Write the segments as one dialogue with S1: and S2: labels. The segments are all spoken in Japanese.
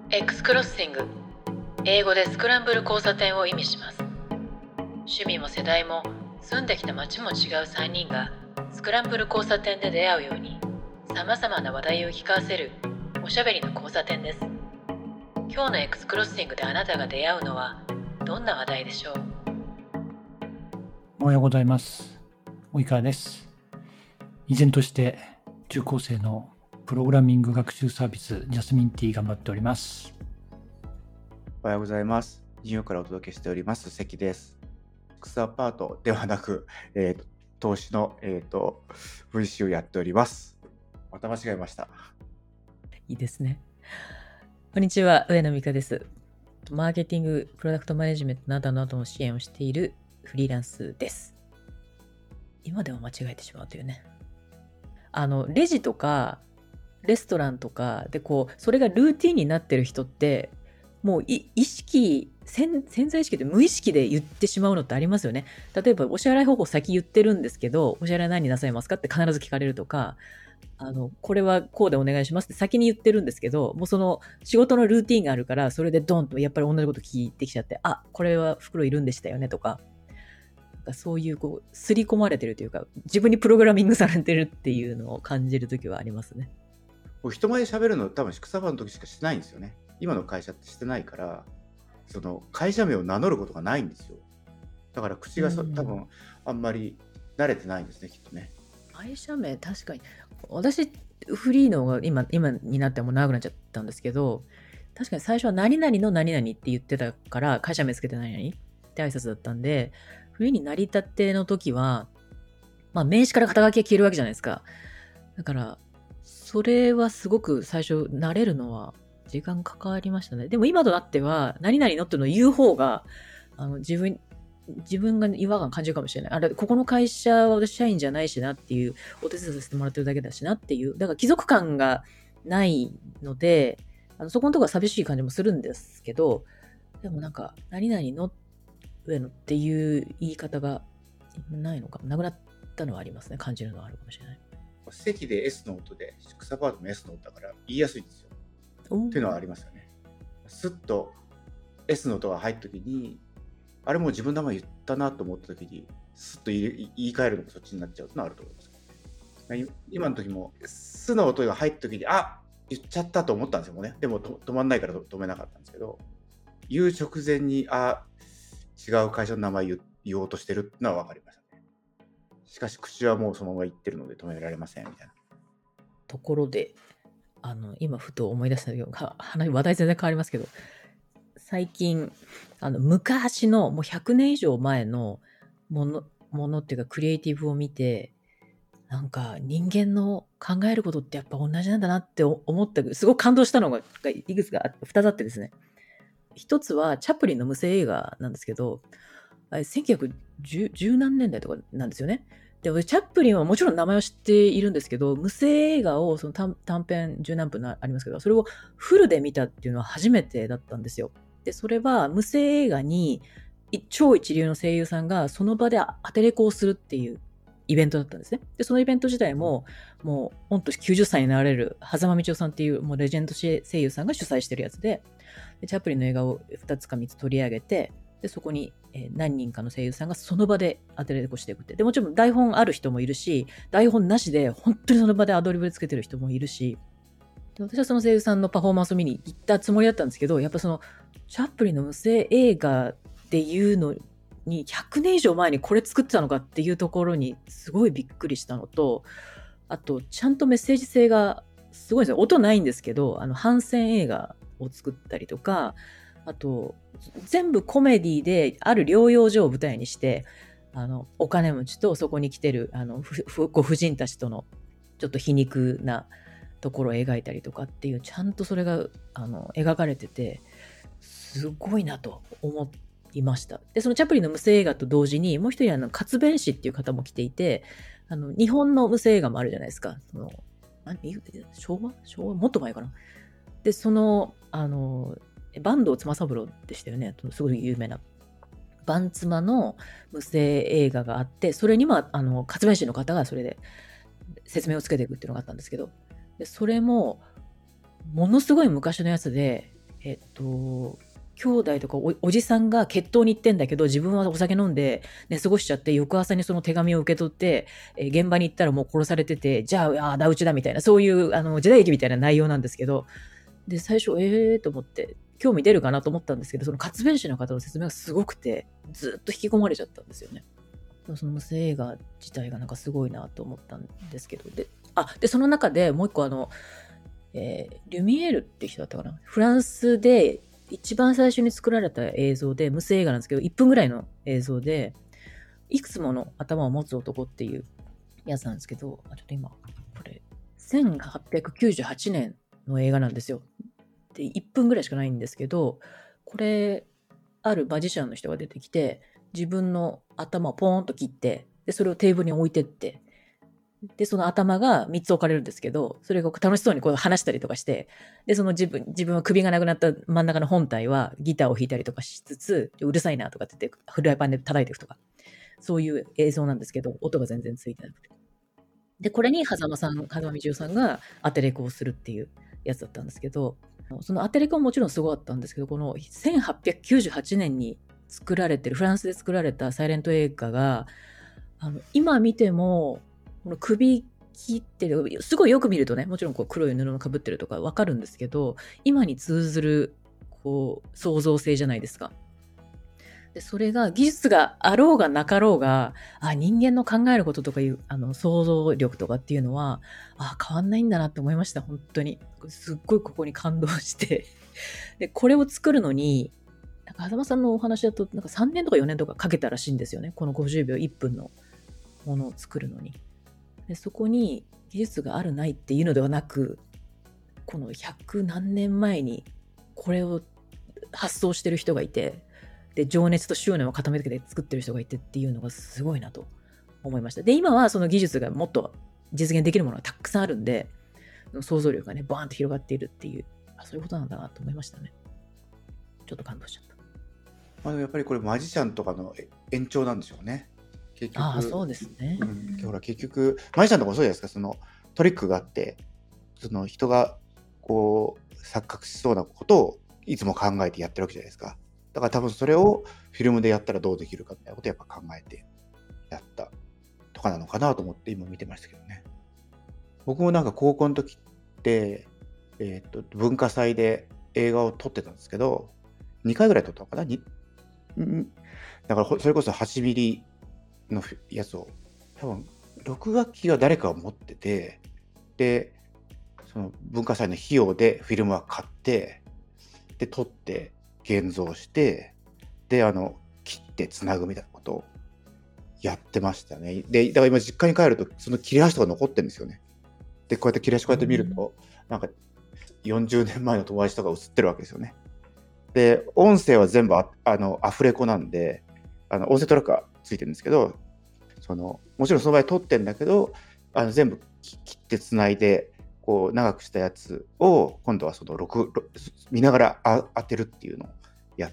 S1: Xクロッシング、英語でスクランブル交差点を意味します。趣味も世代も住んできた街も違う3人がスクランブル交差点で出会うように、さまざまな話題を聞かせるおしゃべりの交差点です。今日の Xクロッシングであなたが出会うのはどんな話題でしょう。
S2: おはようございます。及川です。依然として中高生のプログラミング学習サービスジャスミンティ頑張っております。
S3: おはようございます。ニューヨークからお届けしております関です。Xアパートではなく、投資の、VC をやっております。また間違えました。
S1: いいですね。こんにちは、上野美香です。マーケティング、プロダクトマネジメントなどなどの支援をしているフリーランスです。今でも間違えてしまうというね。レジとかレストランとかでそれがルーティンになってる人ってもう意識潜在意識で無意識で言ってしまうのってありますよね。例えばお支払い方法先言ってるんですけど、お支払い何なさいますかって必ず聞かれるとか、これはこうでお願いしますって先に言ってるんですけど、もうその仕事のルーティンがあるからそれでドンとやっぱり同じこと聞いてきちゃって、あ、これは袋いるんでしたよねとか、そういう刷り込まれてるというか、自分にプログラミングされてるっていうのを感じるときはありますね。
S3: 人前で喋るの多分草場の時しかしてないんですよね。今の会社ってしてないから、その会社名を名乗ることがないんですよ。だから口が多分あんまり慣れてないんですね、きっとね。
S1: 会社名、確かに私フリーのが今になっても長くなっちゃったんですけど、確かに最初は何々の何々って言ってたから会社名つけて何々って挨拶だったんで、フリーになりたての時は名刺から肩書きが消えるわけじゃないですか。だからそれはすごく最初慣れるのは時間かかりましたね。でも今となっては何々のっていうのを言う方が自分が違和感感じるかもしれない。あれ、ここの会社は私社員じゃないしなっていう、お手伝いさせてもらってるだけだしなっていう、だから貴族感がないので、そこのところは寂しい感じもするんですけど、でもなんか、何々の上のっていう言い方がないのか、なくなったのはありますね。感じるのはあるかもしれない。
S3: 席で S の音で、草パートも S の音だから言いやすいんですよ。っていうのはありますよね。スッと S の音が入った時に、あれもう自分の名前言ったなと思った時にスッと言い換えるのがそっちになっちゃうのはあると思います。今の時もスの音が入った時に言っちゃったと思ったんですよね。でも止まんないから止めなかったんですけど、言う直前に違う会社の名前言おうとしてるってのは分かりましたね。しかし口はもうそのまま言ってるので止められませんみたいな
S1: ところで、今ふと思い出したような話題全然変わりますけど、最近昔のもう100年以上前のものっていうかクリエイティブを見て、なんか人間の考えることってやっぱ同じなんだなって思った、すごく感動したのがいくつか2つあってですね。一つはチャップリンの無声映画なんですけど、1910何年代とかなんですよね。で、チャップリンはもちろん名前を知っているんですけど、無声映画をその短編十何分ありますけど、それをフルで見たっていうのは初めてだったんですよ。で、それは無声映画に超一流の声優さんがその場で当てレコをするっていうイベントだったんですね。で、そのイベント自体ももう御年90歳になられる狭間道夫さんっていうもうレジェンド声優さんが主催してるやつで、チャップリンの映画を2つか3つ取り上げて、でそこに何人かの声優さんがその場で当てレコしていくって。でもちろん台本ある人もいるし、台本なしで本当にその場でアドリブでつけてる人もいるし、で私はその声優さんのパフォーマンスを見に行ったつもりだったんですけど、やっぱそのチャップリンの無声映画っていうのに100年以上前にこれ作ってたのかっていうところにすごいびっくりしたのと、あとちゃんとメッセージ性がすごいですね。音ないんですけど、反戦映画を作ったりとか、あと全部コメディである療養所を舞台にして、お金持ちとそこに来てるご婦人たちとのちょっと皮肉なところを描いたりとかっていう、ちゃんとそれが描かれててすごいなと思いました。で、そのチャップリンの無声映画と同時にもう一人活弁士っていう方も来ていて、日本の無声映画もあるじゃないですか。昭和もっと前かな。で、その坂東妻三郎でしたよね。すごい有名なバンツマの無声映画があって、それにも活弁士の方がそれで説明をつけていくっていうのがあったんですけど、でそれもものすごい昔のやつで、 兄弟とか おじさんが決闘に行ってんだけど、自分はお酒飲んで寝過ごしちゃって、翌朝にその手紙を受け取って、現場に行ったらもう殺されてて、じゃあ、仇討ちだみたいな、そういう時代劇みたいな内容なんですけど、で、最初、と思って、興味出るかなと思ったんですけど、その活弁士の方の説明がすごくて、ずっと引き込まれちゃったんですよね。その無声映画自体がなんかすごいなと思ったんですけど、で、その中でもう一個リュミエールって人だったかな。フランスで一番最初に作られた映像で、無声映画なんですけど、1分ぐらいの映像で、いくつもの頭を持つ男っていうやつなんですけど、ちょっと今、これ、1898年の映画なんですよ。で、1分ぐらいしかないんですけど、これ、あるマジシャンの人が出てきて、自分の頭をポーンと切って、で、それをテーブルに置いてって、で、その頭が3つ置かれるんですけど、それが楽しそうにこう話したりとかして、で、その自分は首がなくなった真ん中の本体はギターを弾いたりとかしつつ、うるさいなとかって言って、フライパンで叩いていくとか、そういう映像なんですけど、音が全然ついてなくて。で、これに風間みちおさんがアテレコをするっていうやつだったんですけど、そのアテレコももちろんすごかったんですけど、この1898年に作られてる、フランスで作られたサイレント映画が、今見ても、この首切ってる、すごいよく見るとね、もちろんこう黒い布の被ってるとかわかるんですけど、今に通ずるこう創造性じゃないですか。で、それが技術があろうがなかろうが、人間の考えることとかいう想像力とかっていうのは変わんないんだなって思いました。本当にすっごいここに感動してで、これを作るのになんか風間さんのお話だとなんか3年とか4年とかかけたらしいんですよね。この50秒1分のものを作るのに。で、そこに技術があるないっていうのではなく、この100何年前にこれを発想してる人がいて、で、情熱と執念を固めて作ってる人がいてっていうのがすごいなと思いました。で、今はその技術がもっと実現できるものがたくさんあるんで、想像力がね、バーンと広がっているっていう、そういうことなんだなと思いましたね。ちょっと感動しちゃった。
S3: やっぱりこれマジシャンとかの延長なんでしょうね。結局。
S1: そうですね。
S3: ほら結局マジシャンとかもそうじゃないですか。そのトリックがあって、その人がこう錯覚しそうなことをいつも考えてやってるわけじゃないですか。だから多分それをフィルムでやったらどうできるかみたいなことをやっぱ考えてやったとかなのかなと思って今見てましたけどね。僕もなんか高校の時って、文化祭で映画を撮ってたんですけど、2回ぐらい撮ったのかな。だからそれこそ8ミリのやつを多分録画機が誰かが持ってて、でその文化祭の費用でフィルムは買って、で撮って現像して、で切ってつなぐみたいなことをやってましたね。でだから今実家に帰るとその切れ端とか残ってるんですよね。でこうやって切れ端こうやって見ると、なんか40年前の友達とか映ってるわけですよね。で音声は全部アフレコなんで、音声トラックがついてるんですけど、もちろんその場合撮ってるんだけど、全部切ってつないでこう長くしたやつを今度は見ながら当てるっていうのをやって、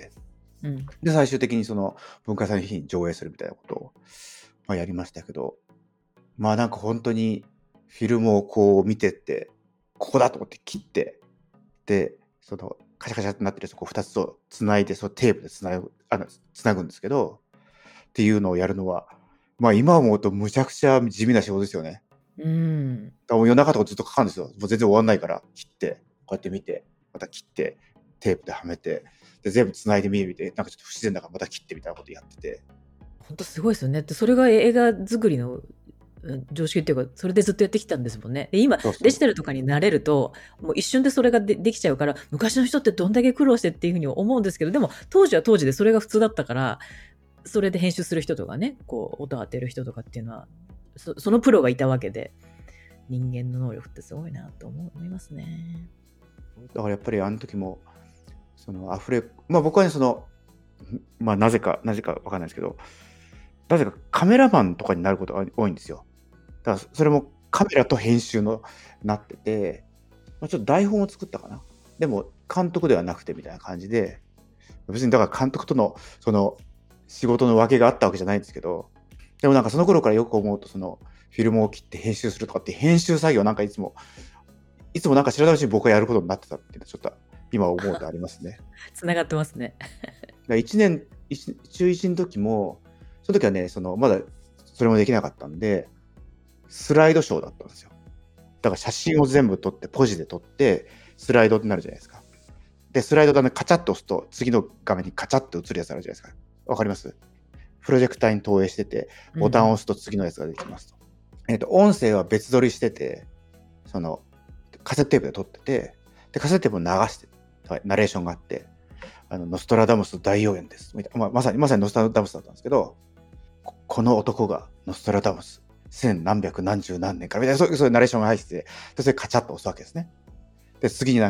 S3: で最終的にその文化祭の日に上映するみたいなことを、やりましたけど、なんか本当にフィルムをこう見てってここだと思って切って、でそのカシャカシャってなってるやつを2つをつないで、そのテープでつなぐんですけどっていうのをやるのは、今思うとむちゃくちゃ地味な仕事ですよね。だから夜中とかずっとかかるんですよ。もう全然終わんないから切ってこうやって見て、また切ってテープではめて、で全部つないで見て、なんかちょっと不自然だからまた切ってみたいなことやってて、
S1: 本当すごいですよね。でそれが映画作りの常識っていうか、それでずっとやってきたんですもんね。で今デジタルとかに慣れるともう一瞬でそれが できちゃうから、昔の人ってどんだけ苦労してっていうふうに思うんですけど、でも当時は当時でそれが普通だったから、それで編集する人とかね、こう音を当てる人とかっていうのは そのプロがいたわけで、人間の能力ってすごいなと思いますね。
S3: だからやっぱりあの時もその僕はね、なぜか分かんないですけど、なぜかカメラマンとかになることが多いんですよ。だからそれもカメラと編集のなってて、ちょっと台本を作ったかな。でも監督ではなくてみたいな感じで、別にだから監督とのその仕事の分けがあったわけじゃないんですけど、でもなんかその頃からよく思うと、そのフィルムを切って編集するとかって編集作業なんかいつもなんか知らないうちに僕がやることになってたっていうのはちょっと今思うとありますね。
S1: つながってますね。
S3: 中1の時も、その時はね、まだそれもできなかったんで、スライドショーだったんですよ。だから写真を全部撮って、ポジで撮って、スライドになるじゃないですか。で、スライドでカチャッと押すと、次の画面にカチャッと映るやつあるじゃないですか。わかります？プロジェクターに投影してて、ボタンを押すと次のやつができますと。音声は別撮りしてて、カセットテープで撮ってて、で、カセットテープを流して、ナレーションがあって、ノストラダムス大予言です。まさにノストラダムスだったんですけど、この男がノストラダムス、千何百何十何年からみたいな、そういうナレーションが入ってて、でそれカチャッと押すわけですね。で、次に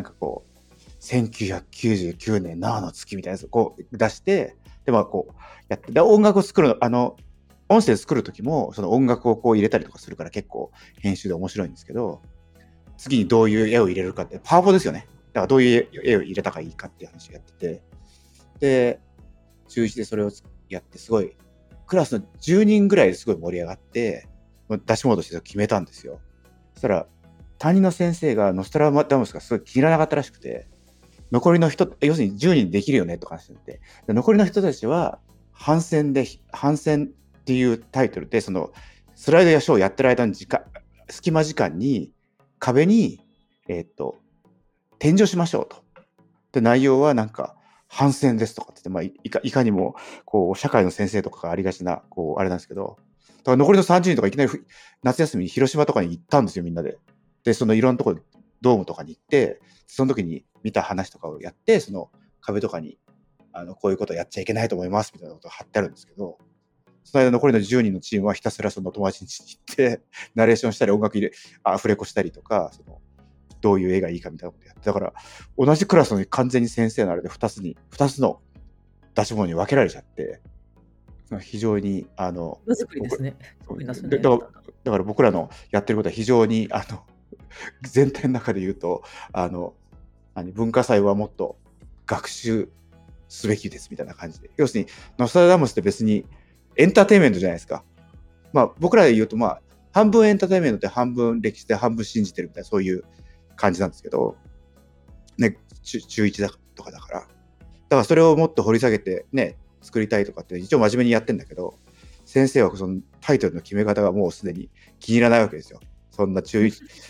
S3: 1999年那覇の月みたいなやつをこう出して、で、やって、で、音楽を作るの、音声作るときも、その音楽をこう入れたりとかするから結構編集で面白いんですけど、次にどういう絵を入れるかって、パワポですよね。だからどういう絵を入れたらいいかっていう話をやってて、で、中1でそれをやって、すごい、クラスの10人ぐらいですごい盛り上がって、出し物として決めたんですよ。そしたら、担任の先生がノストラダムスがすごい気に入らなかったらしくて、残りの人、要するに10人できるよねとか話してて、残りの人たちは、反戦っていうタイトルで、スライドやショーをやってる間の隙間時間に、壁に、展示をしましょうと。で、内容は反戦ですとかって言って、いかにも、社会の先生とかがありがちな、あれなんですけど、だから残りの30人とかいきなり夏休みに広島とかに行ったんですよ、みんなで。で、いろんなところ、ドームとかに行って、その時に見た話とかをやって、壁とかに、こういうことやっちゃいけないと思います、みたいなことが貼ってあるんですけど、その間残りの10人のチームはひたすら友達に行って、ナレーションしたり、音楽アフレコしたりとか、どういう絵がいいかみたいなことやって、だから、同じクラスに完全に先生のあれで2つの出し物に分けられちゃって、非常に、
S1: 場作りですね。
S3: だから僕らのやってることは非常に、全体の中で言うと、文化祭はもっと学習すべきですみたいな感じで。要するに、ノストラダムスって別にエンターテインメントじゃないですか。僕らで言うと、半分エンターテインメントで半分歴史で半分信じてるみたいな、そういう感じなんですけど、ね、中1とかだから。だからそれをもっと掘り下げてね、作りたいとかって一応真面目にやってんだけど、先生はそのタイトルの決め方がもうすでに気に入らないわけですよ。そんな中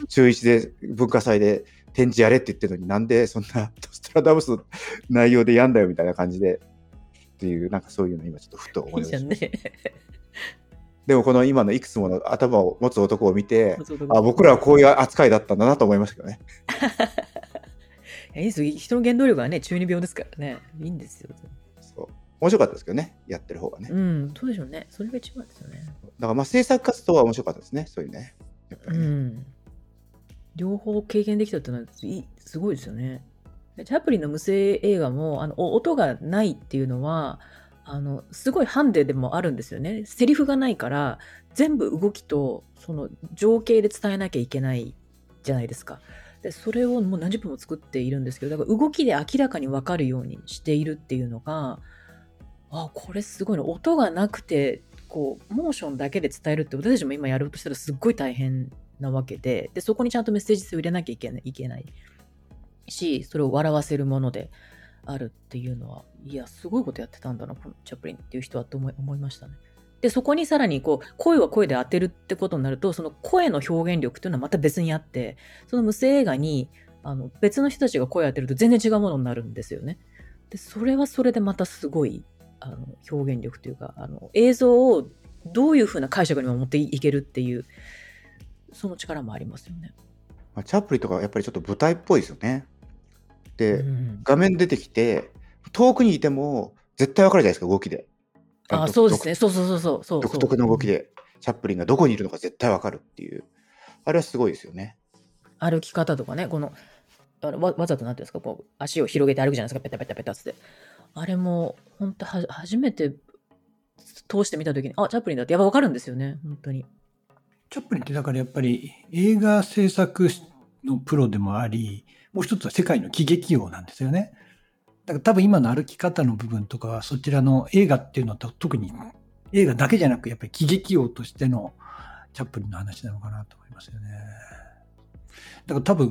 S3: 1で文化祭で展示やれって言ってるのに、なんでそんなノストラダムスの内容でやんだよみたいな感じでっていう、そういうの今ちょっとふと思いました。いいじゃんね。でもこの今のいくつもの頭を持つ男を見て、僕らはこういう扱いだったんだなと思いましたけどね。
S1: いいですよ。人の原動力はね、中二病ですからね。いいんですよ。
S3: そう。面白かったですけどね、やってる方がね。
S1: うん、そうでしょうね。それが一番ですよね。
S3: だから制作活動は面白かったですね、そういうね。やっぱりね。
S1: うん。両方経験できたっていうのはすごいですよね。チャップリンの無声映画も音がないっていうのはすごいハンデでもあるんですよね。セリフがないから全部動きとその情景で伝えなきゃいけないじゃないですか。でそれをもう何十分も作っているんですけど、だから動きで明らかに分かるようにしているっていうのが、これすごいの。音がなくてモーションだけで伝えるって私たちも今やろうとしたらすっごい大変なわけで、そこにちゃんとメッセージ性を入れなきゃいけないし、それを笑わせるものであるっていうのは、いやすごいことやってたんだな、このチャップリンっていう人はと思いましたね。でそこにさらに声は声で当てるってことになると、その声の表現力っていうのはまた別にあって、その無声映画に別の人たちが声を当てると全然違うものになるんですよね。でそれはそれでまたすごい表現力というか映像をどういう風な解釈にも持っていけるっていう、その力もありますよね。
S3: チャップリンとかやっぱりちょっと舞台っぽいですよね。で、画面出てきて遠くにいても絶対わかるじゃないですか、動きで。
S1: そうですね。そう。
S3: 独特の動きでチャップリンがどこにいるのか絶対わかるっていう、あれはすごいですよね。
S1: 歩き方とかね、わざとなんていうんですか、足を広げて歩くじゃないですか、ペタペタペタって。あれも本当初めて通してみたときに、チャップリンだってやっぱ分かるんですよね、本当に。
S2: チャップリンってだからやっぱり映画制作のプロでもあり、もう一つは世界の喜劇王なんですよね。だから多分今の歩き方の部分とかはそちらの映画っていうのと特に映画だけじゃなくやっぱり喜劇王としてのチャップリンの話なのかなと思いますよね。だから多分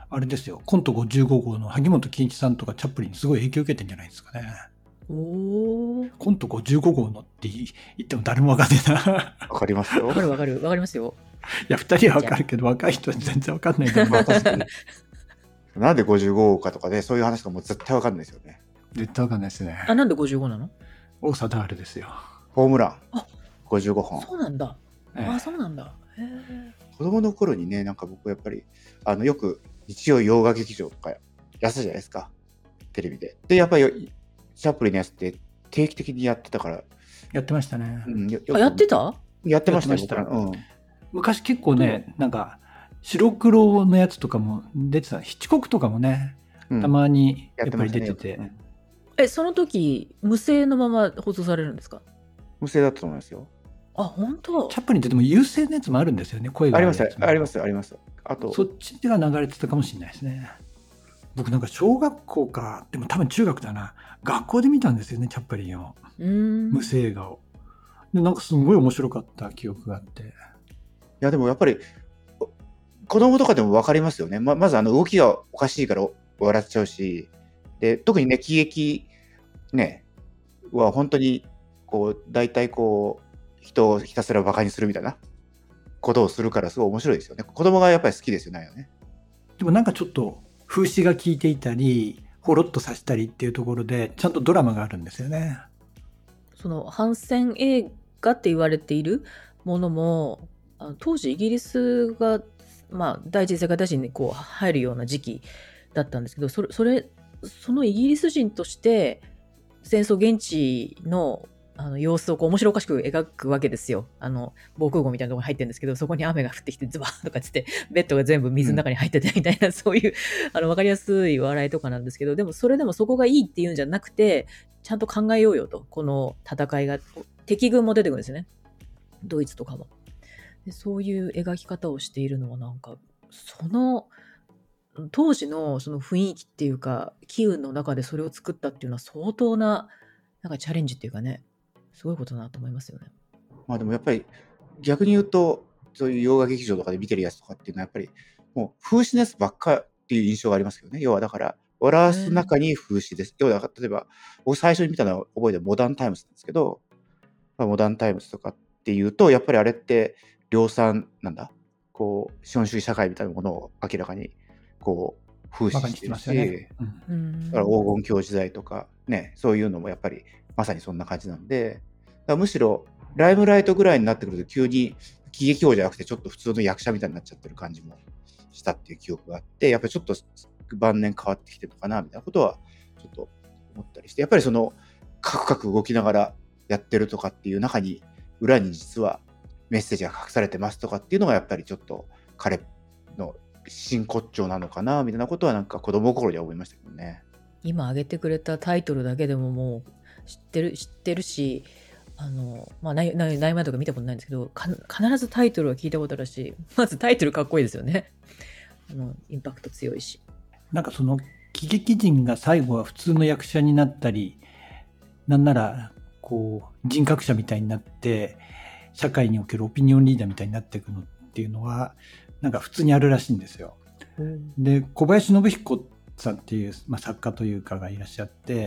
S2: あれですよ、コント55号の萩本欽一さんとかチャップリンにすごい影響を受けてんじゃないですかね。
S1: おー。
S2: コント55号のって言っても誰もわかんねえな。
S3: わかりますよ。
S1: わかるわかる。わかりますよ。
S2: いや、2人はわかるけど、若い人は全然わかんないと思う。
S3: なんで55号かとかね、そういう話がもう絶対わかんないですよね。
S2: 絶対わかんないですね。
S1: あ、なんで55なの？
S2: 王貞治ですよ。
S3: ホームラン
S1: あ
S3: 55本。
S1: そうなんだ。
S2: ええ
S1: あ、そうなんだ。へえ。
S3: 子供の頃にね、なんか僕やっぱり、よく日曜洋画劇場とかやってたじゃないですか。テレビで。で、やっぱりチャップリンのやつって定期的にやってたから、
S2: やってましたね。
S1: あ、やってた？
S3: やってましたよ、
S2: やってました
S3: 僕ら
S2: 昔結構ね、なんか、白黒のやつとかも出てた。ヒッチコックとかもね、たまにやっぱり出てて。
S1: その時、無声のまま放送されるんですか？
S3: 無声だったと思いますよ。
S1: あ、本当？
S2: チャップリンってでも優勢のやつもあるんですよね、声が
S3: あります
S2: あるやつも。
S3: ありますあります。あと、
S2: そっちが流れてたかもしれないですね。僕なんか小学校か、でも多分中学だな。学校で見たんですよね、チャップリンを。無声映画を。で、なんかすごい面白かった記憶があって。
S3: いや、でもやっぱり、子供とかでも分かりますよね。まず動きがおかしいから笑っちゃうし、で、特にね、喜劇ね、は本当に、こう、大体こう、人をひたすらバカにするみたいなことをするからすごい面白いですよね。子供がやっぱり好きですよね。
S2: でもなんかちょっと風刺が効いていたり、ほろっとさせたりっていうところで、ちゃんとドラマがあるんですよね。
S1: その反戦映画って言われているものも、当時イギリスが、第一次世界大戦にこう入るような時期だったんですけど、そのイギリス人として戦争現地の様子をこう面白おかしく描くわけですよ。防空壕みたいなところに入ってるんですけど、そこに雨が降ってきてズバーとかつってベッドが全部水の中に入っててみたいな、そういうわかりやすい笑いとかなんですけど、でもそれでもそこがいいっていうんじゃなくて、ちゃんと考えようよと。この戦いが、敵軍も出てくるんですよね、ドイツとかも。でそういう描き方をしているのはなんかその当時のその雰囲気っていうか機運の中でそれを作ったっていうのは相当ななんかチャレンジっていうかね、すごいことだなと思いますよね。
S3: でもやっぱり逆に言うと、そういう洋画劇場とかで見てるやつとかっていうのはやっぱりもう風刺のやつばっかっていう印象がありますけどね。要はだから笑わす中に風刺です。要は例えば僕最初に見たのは覚えてるモダンタイムズなんですけど、モダンタイムズとかっていうとやっぱりあれって量産なんだ、こう資本主義社会みたいなものを明らかにこう風刺してるし、だから黄金鏡時代とかね、そういうのもやっぱりまさにそんな感じなんで、だからむしろライムライトぐらいになってくると急に喜劇王じゃなくてちょっと普通の役者みたいになっちゃってる感じもしたっていう記憶があって、やっぱりちょっと晩年変わってきてるのかなみたいなことはちょっと思ったりして、やっぱりそのカクカク動きながらやってるとかっていう中に裏に実はメッセージが隠されてますとかっていうのがやっぱりちょっと彼の真骨頂なのかなみたいなことはなんか子供心には思いましたけどね。
S1: 今挙げてくれたタイトルだけでももう知ってるし、内面とか見たことないんですけど、必ずタイトルは聞いたことあるし、まずタイトルかっこいいですよね。インパクト強いし。
S2: なんかその喜劇人が最後は普通の役者になったり、なんならこう人格者みたいになって社会におけるオピニオンリーダーみたいになっていくのっていうのはなんか普通にあるらしいんですよ。で、小林信彦さんっていう、作家というかがいらっしゃって、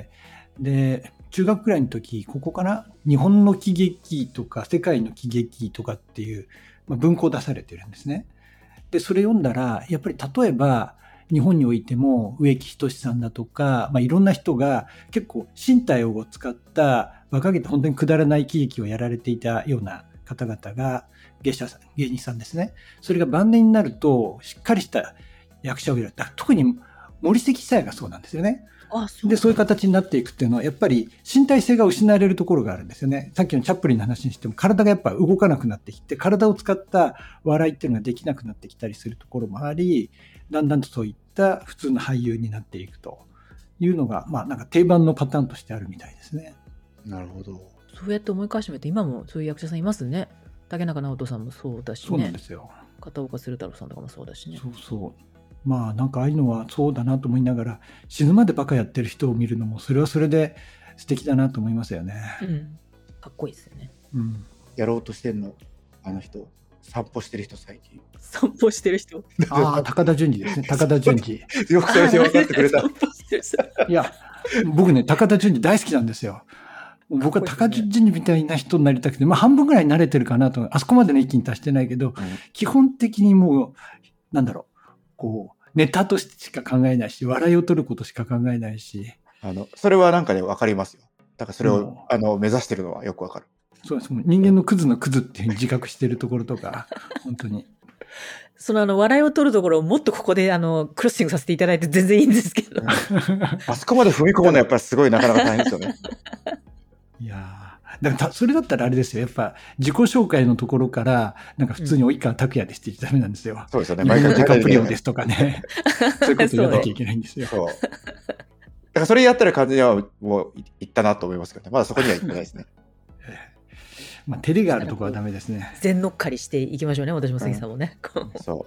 S2: で中学くらいの時、ここから日本の喜劇とか世界の喜劇とかっていう、文庫を出されてるんですね。でそれ読んだらやっぱり例えば日本においても植木等さんだとか、いろんな人が結構身体を使った馬鹿げて本当にくだらない喜劇をやられていたような方々が芸人さんですね。それが晩年になるとしっかりした役者をやる。特に森関久彌がそうなんですよね。そういう形になっていくっていうのはやっぱり身体性が失われるところがあるんですよね。さっきのチャップリンの話にしても体がやっぱ動かなくなってきて、体を使った笑いっていうのができなくなってきたりするところもあり、だんだんとそういった普通の俳優になっていくというのが、なんか定番のパターンとしてあるみたいですね。
S3: なるほど。
S1: そうやって思い返してみて、今もそういう役者さんいますね。竹中直人さんもそうだしね。
S2: そうなんですよ。
S1: 片岡鶴太郎さんとかもそうだしね。
S2: そう。なんかああいうのはそうだなと思いながら、死ぬまでバカやってる人を見るのもそれはそれで素敵だなと思いますよね。
S1: かっこいいですよね。
S3: やろうとしてんのあの人散歩してる人最近。
S1: 散歩してる人。
S2: ああ、高田純次ですね。高田純次。
S3: よくそれで分かってくれた。
S1: 散歩してる人。
S2: いや、僕ね、高田純次大好きなんですよ。僕は高田純次みたいな人になりたくて、まあ半分ぐらい慣れてるかなと。あそこまでの域に達してないけど、基本的にもう、なんだろう、こう、ネタとしてしか考えないし、笑いを取ることしか考えないし。
S3: それはなんかね、分かりますよ。だからそれを、目指してるのはよく分かる。
S2: そうです。人間のクズのクズっていうふうに自覚してるところとか、本当に。
S1: 笑いを取るところをもっとここで、クロッシングさせていただいて全然いいんですけど。
S3: あそこまで踏み込むのはやっぱりすごいなかなか大変ですよね。
S2: いやー、だからそれだったらあれですよ。やっぱ自己紹介のところから、なんか普通に及川拓也ですって言っちゃダメなんですよ。
S3: そうですよね。
S2: 毎回デカプリオですとかね。そういうこと言わなきゃいけないんですよ。
S3: そう。だからそれやったら完全にはもういったなと思いますけどね。まだそこには行ってないですね。
S2: まあ、照れがあるところはダメですね。
S1: 全乗っかりしていきましょうね、私も杉さんもね。
S3: そう。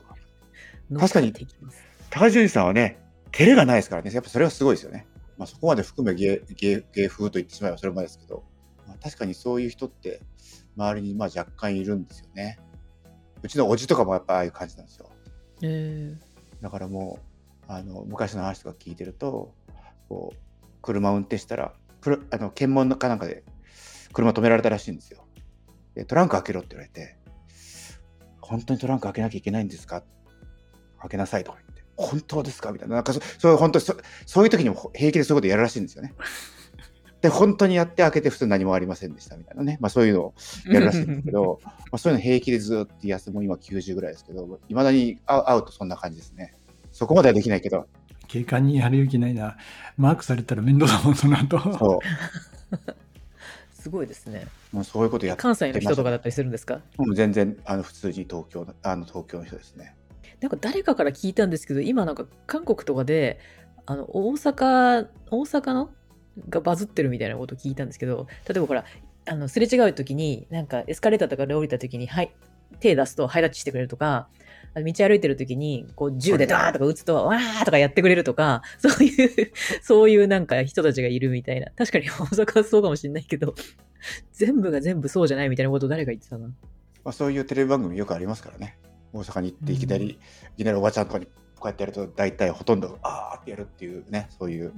S3: 確かに、高純次さんはね、照れがないですからね。やっぱそれはすごいですよね。まあそこまで含め芸風と言ってしまえばそれまでですけど、まあ、確かにそういう人って周りにまあ若干いるんですよね。うちのおじとかもやっぱああいう感じなんですよ。だからもう、昔の話とか聞いてると、こう、車を運転したら、検問かなんかで車止められたらしいんですよ。でトランク開けろって言われて、本当にトランク開けなきゃいけないんですか、開けなさいとか言って、本当ですかみたいな、なんかそう本当にそういう時にも平気でそういうことやるらしいんですよね。で本当にやって開けて普通何もありませんでしたみたいなね、まあそういうのをやるらしいんですけどまあそういうの平気でずっとやって、もう今90ぐらいですけど、いまだに会うとそんな感じですね。そこまではできないけど。
S2: 警官にやる勇気ないな。マークされたら面倒だもん、その後。
S3: そう。
S1: すごいですね。
S3: もうそういうことやって
S1: 関西の人とかだったりするんですか？
S3: もう全然普通に東京の人ですね。
S1: なんか誰かから聞いたんですけど、今なんか韓国とかで大阪のがバズってるみたいなことを聞いたんですけど、例えばほらすれ違う時になんかエスカレーターとかで降りた時に、はい、手出すとハイタッチしてくれるとか、道歩いてる時にこう銃でダーとか撃つとわーとかやってくれるとか、そういうなんか人たちがいるみたいな。確かに大阪はそうかもしれないけど、全部が全部そうじゃないみたいなことを誰が言ってたな。
S3: まあ、そういうテレビ番組よくありますからね。大阪に行っていきなりおばちゃんとかにこうやってやると大体ほとんどあーってやるっていうね、そういう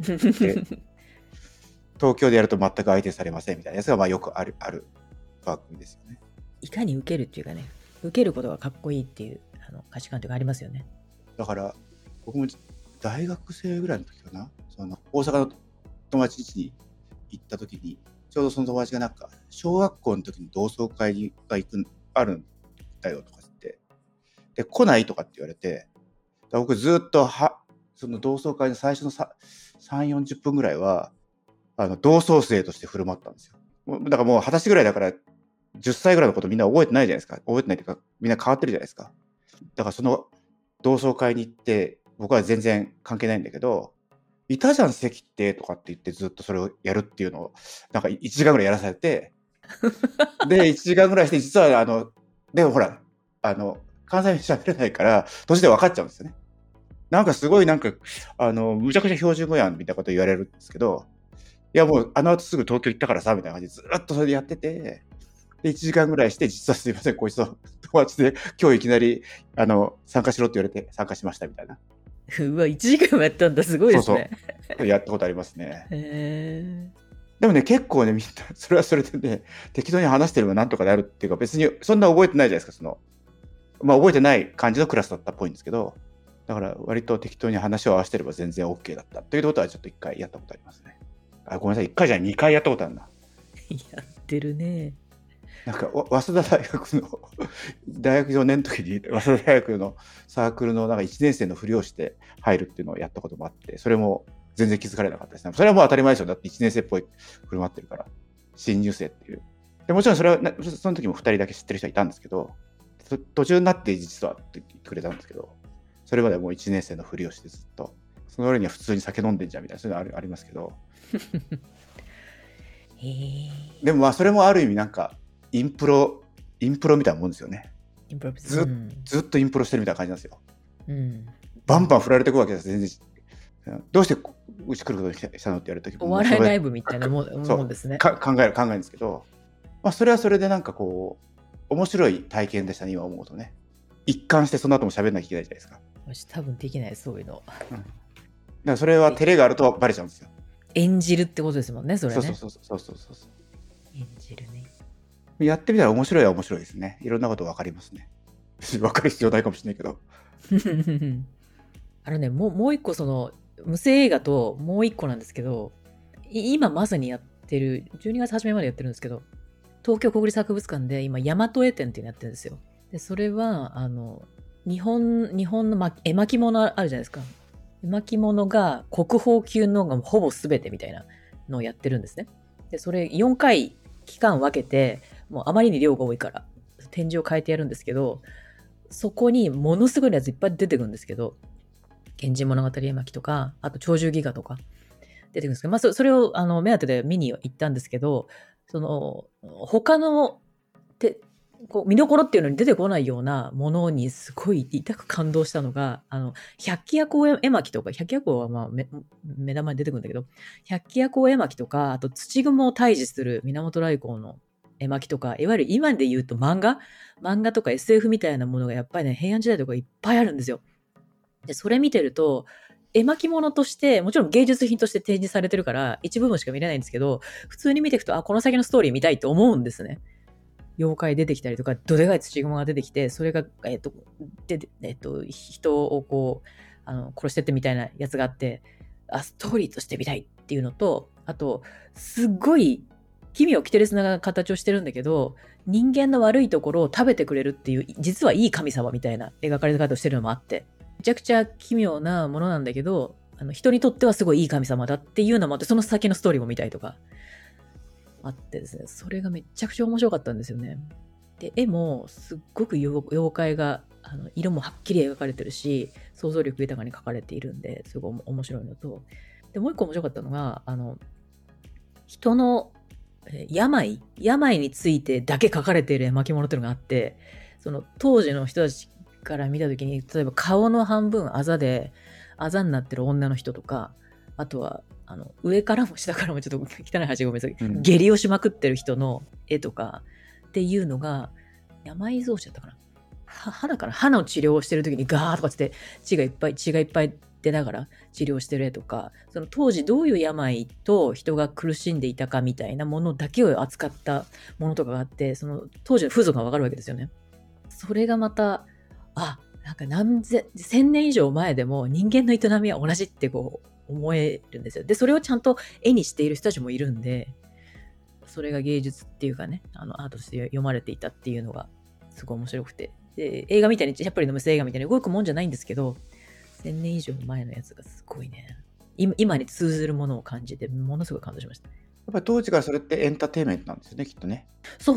S3: 東京でやると全く相手されませんみたいなやつがまあよくある番組ですよね。
S1: いかに受けるっていうかね、受けることがかっこいいっていう価値観というかありますよね。
S3: だから僕も大学生ぐらいの時かな、大阪の友達に行った時に、ちょうどその友達がなんか小学校の時に同窓会があるんだよとか言って、で来ないとかって言われて、僕ずっとその同窓会の最初の3、40分ぐらいは同窓生として振る舞ったんですよ。だからもう20歳ぐらいだから10歳ぐらいのことみんな覚えてないじゃないですか。覚えてないというかみんな変わってるじゃないですか。だからその同窓会に行って僕は全然関係ないんだけど、いたじゃん席ってとかって言ってずっとそれをやるっていうのをなんか1時間ぐらいやらされてで1時間ぐらいして、実はでもほら関西弁喋れないから途中で分かっちゃうんですよね。なんかすごいなんかむちゃくちゃ標準語やんみたいなこと言われるんですけど、いやもう後すぐ東京行ったからさみたいな感じでずっとそれでやってて、で1時間ぐらいして、実はすいませんこいつと友達で今日いきなり参加しろって言われて参加しましたみたいな。
S1: うわ、1時間もやったんだ、すごいですね。
S3: そうやったことありますね。
S1: へ
S3: でもね、結構ねみんなそれはそれでね、適当に話してればなんとかなるっていうか、別にそんな覚えてないじゃないですか。まあ覚えてない感じのクラスだったっぽいんですけど、だから割と適当に話を合わせてれば全然 OK だったということはちょっと1回やったことありますね。ごめんなさい、1回じゃ2回やったことあるな。
S1: やってるね。
S3: なんか早稲田大学の大学4年の時に早稲田大学のサークルのなんか1年生のふりをして入るっていうのをやったこともあって、それも全然気づかれなかったですね。それはもう当たり前ですよ。だって1年生っぽい振る舞ってるから、新入生っていう。でもちろんそれはその時も2人だけ知ってる人はいたんですけど、途中になって実はって言ってくれたんですけど、それまでもう1年生のふりをしてずっと、その夜には普通に酒飲んでんじゃんみたいな、そういうのありますけどでもまあそれもある意味なんかインプロみたいなもんですよね。ずっとインプロしてるみたいな感じなんですよ。バンバン振られていくわけです。全然どうしてうち来ることにしたのって言われた時も、
S1: お笑いライブみたいなもんですね。
S3: 考えるんですけど、まあ、それはそれでなんかこう面白い体験でしたね、今思うとね。一貫してその後も喋んなきゃいけないじゃないですか。
S1: 私多分できない、そういうの。
S3: だからそれは照れがあるとバレちゃうんですよ。
S1: 演じるってことですもんね、それね。
S3: そう。
S1: 演じるね。
S3: やってみたら面白いは面白いですね。いろんなこと分かりますね。分かる必要ないかもしれないけど。
S1: もう一個その無声映画ともう一個なんですけど、今まさにやってる、12月初めまでやってるんですけど、東京国立博物館で今大和絵展っていうのやってるんですよ。でそれは日本の絵巻物あるじゃないですか。絵巻物が国宝級のがほぼ全てみたいなのをやってるんですね。でそれ4回期間分けて、もうあまりに量が多いから展示を変えてやるんですけど、そこにものすごいやついっぱい出てくるんですけど、源氏物語絵巻とか、あと鳥獣戯画とか出てくるんですけど、それを目当てで見に行ったんですけど、その他のこう見どころっていうのに出てこないようなものにすごい痛く感動したのが、百鬼夜行絵巻とか、百鬼夜行は目玉に出てくるんだけど、百鬼夜行絵巻とか、あと土蜘蛛を退治する源頼光の絵巻とか、いわゆる今で言うと漫画とか SF みたいなものがやっぱりね、平安時代とかいっぱいあるんですよ。でそれ見てると、絵巻物として、もちろん芸術品として展示されてるから、一部分しか見れないんですけど、普通に見ていくと、この先のストーリー見たいと思うんですね。妖怪出てきたりとか、どでかい土蜘蛛が出てきて、それが、人をこう、殺してってみたいなやつがあって、ストーリーとして見たいっていうのと、あと、すっごい、奇妙奇烈な形をしてるんだけど、人間の悪いところを食べてくれるっていう、実はいい神様みたいな描かれ方をしてるのもあって、めちゃくちゃ奇妙なものなんだけど、人にとってはすごいいい神様だっていうのもあって、その先のストーリーも見たいとかあってですね、それがめちゃくちゃ面白かったんですよね。で、絵もすっごく妖怪が色もはっきり描かれてるし、想像力豊かに描かれているんで、すごい面白いのと、でもう一個面白かったのが、人の病についてだけ描かれている絵巻物っていうのがあって、その当時の人たちから見たときに、例えば顔の半分あざになってる女の人とか、あとは上からも下からもちょっと汚い話ごめんなさい、下痢をしまくってる人の絵とかっていうのが、病増しだったかな、歯の治療をしてるときにガーとかって血がいっぱい出ながら治療してる絵とか、その当時どういう病と人が苦しんでいたかみたいなものだけを扱ったものとかがあって、その当時の風俗がわかるわけですよね。それがまた、なんか千年以上前でも人間の営みは同じってこう思えるんですよ。で、それをちゃんと絵にしている人たちもいるんで、それが芸術っていうかね、アートとして読まれていたっていうのがすごい面白くて。で、映画みたいに、チャップリンの無声映画みたいに動くもんじゃないんですけど、1000年以上前のやつがすごいね、今に通ずるものを感じて、ものすごい感動しました。
S3: やっぱり当時からそれってエンターテインメントなんですよね、きっとね。
S1: そう、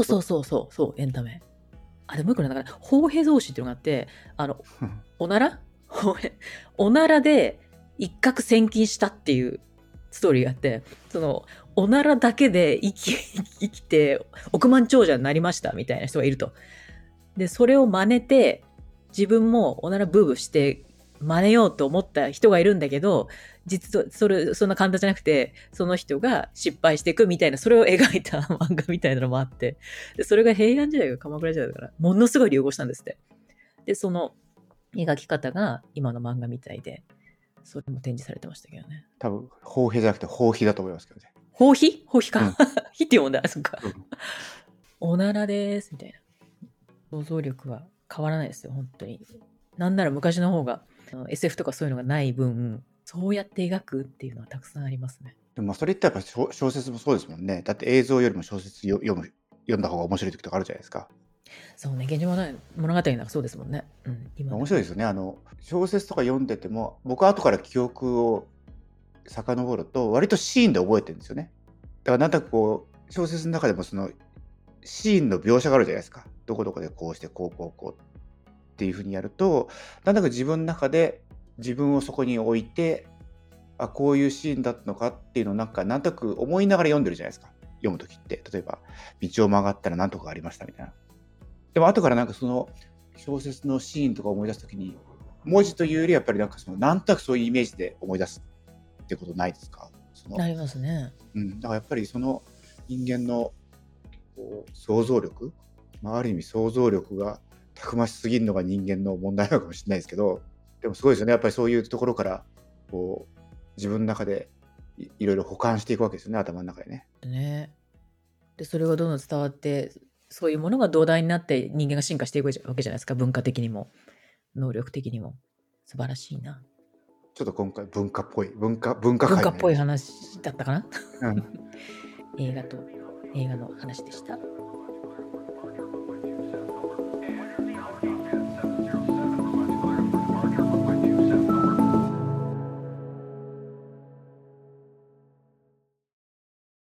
S1: エンタメ。でもう一個ね、だから、方平増子っていうのがあって、おならで一攫千金したっていうストーリーがあって、その、おならだけで生きて億万長者になりましたみたいな人がいると。で、それを真似て、自分もおならブーブーして真似ようと思った人がいるんだけど、実はそんな簡単じゃなくて、その人が失敗していくみたいな、それを描いた漫画みたいなのもあって、でそれが平安時代が鎌倉時代だから、ものすごい流行したんですって。で、その描き方が今の漫画みたいで、それも展示されてましたけどね。
S3: 多分、包皮じゃなくて包皮だと思いますけどね。
S1: 包皮か。火って読んだ。そっか。おならです、みたいな。想像力は変わらないですよ、本当に。なんなら昔の方が、SF とかそういうのがない分、そうやって描くっていうのはたくさんありますね。
S3: でもそれってやっぱ小説もそうですもんね。だって映像よりも小説読んだ方が面白い時とかあるじゃないですか。
S1: そうね、源氏物語なんかそうですもんね。
S3: 面白いですよね。小説とか読んでても、僕は後から記憶を遡ると、割とシーンで覚えてるんですよね。だからなんとなくこう、小説の中でもそのシーンの描写があるじゃないですか。どこどこでこうしてこうっていう風にやると、なんとなく自分の中で自分をそこに置いて、こういうシーンだったのかっていうのをなんとなく思いながら読んでるじゃないですか。読むときって。例えば、道を曲がったら何とかありましたみたいな。でも後からなんかその小説のシーンとか思い出すときに、文字というよりやっぱりなんとなくそういうイメージで思い出すってことないですか？
S1: ありますね。
S3: だからやっぱりその人間のこう想像力まあ、ある意味想像力がたくましすぎるのが人間の問題なのかもしれないですけど、でもすごいですよね。やっぱりそういうところからこう自分の中でいろいろ保管していくわけですよね、頭の中でね。
S1: ね。で、それがどんどん伝わって、そういうものが土台になって人間が進化していくわけじゃないですか。文化的にも、能力的にも。素晴らしいな。
S3: ちょっと今回文化っぽい、文化
S1: 文化っぽい
S3: 会になりまし
S1: 話だったかな。
S3: た。うん
S1: 映画の話でした。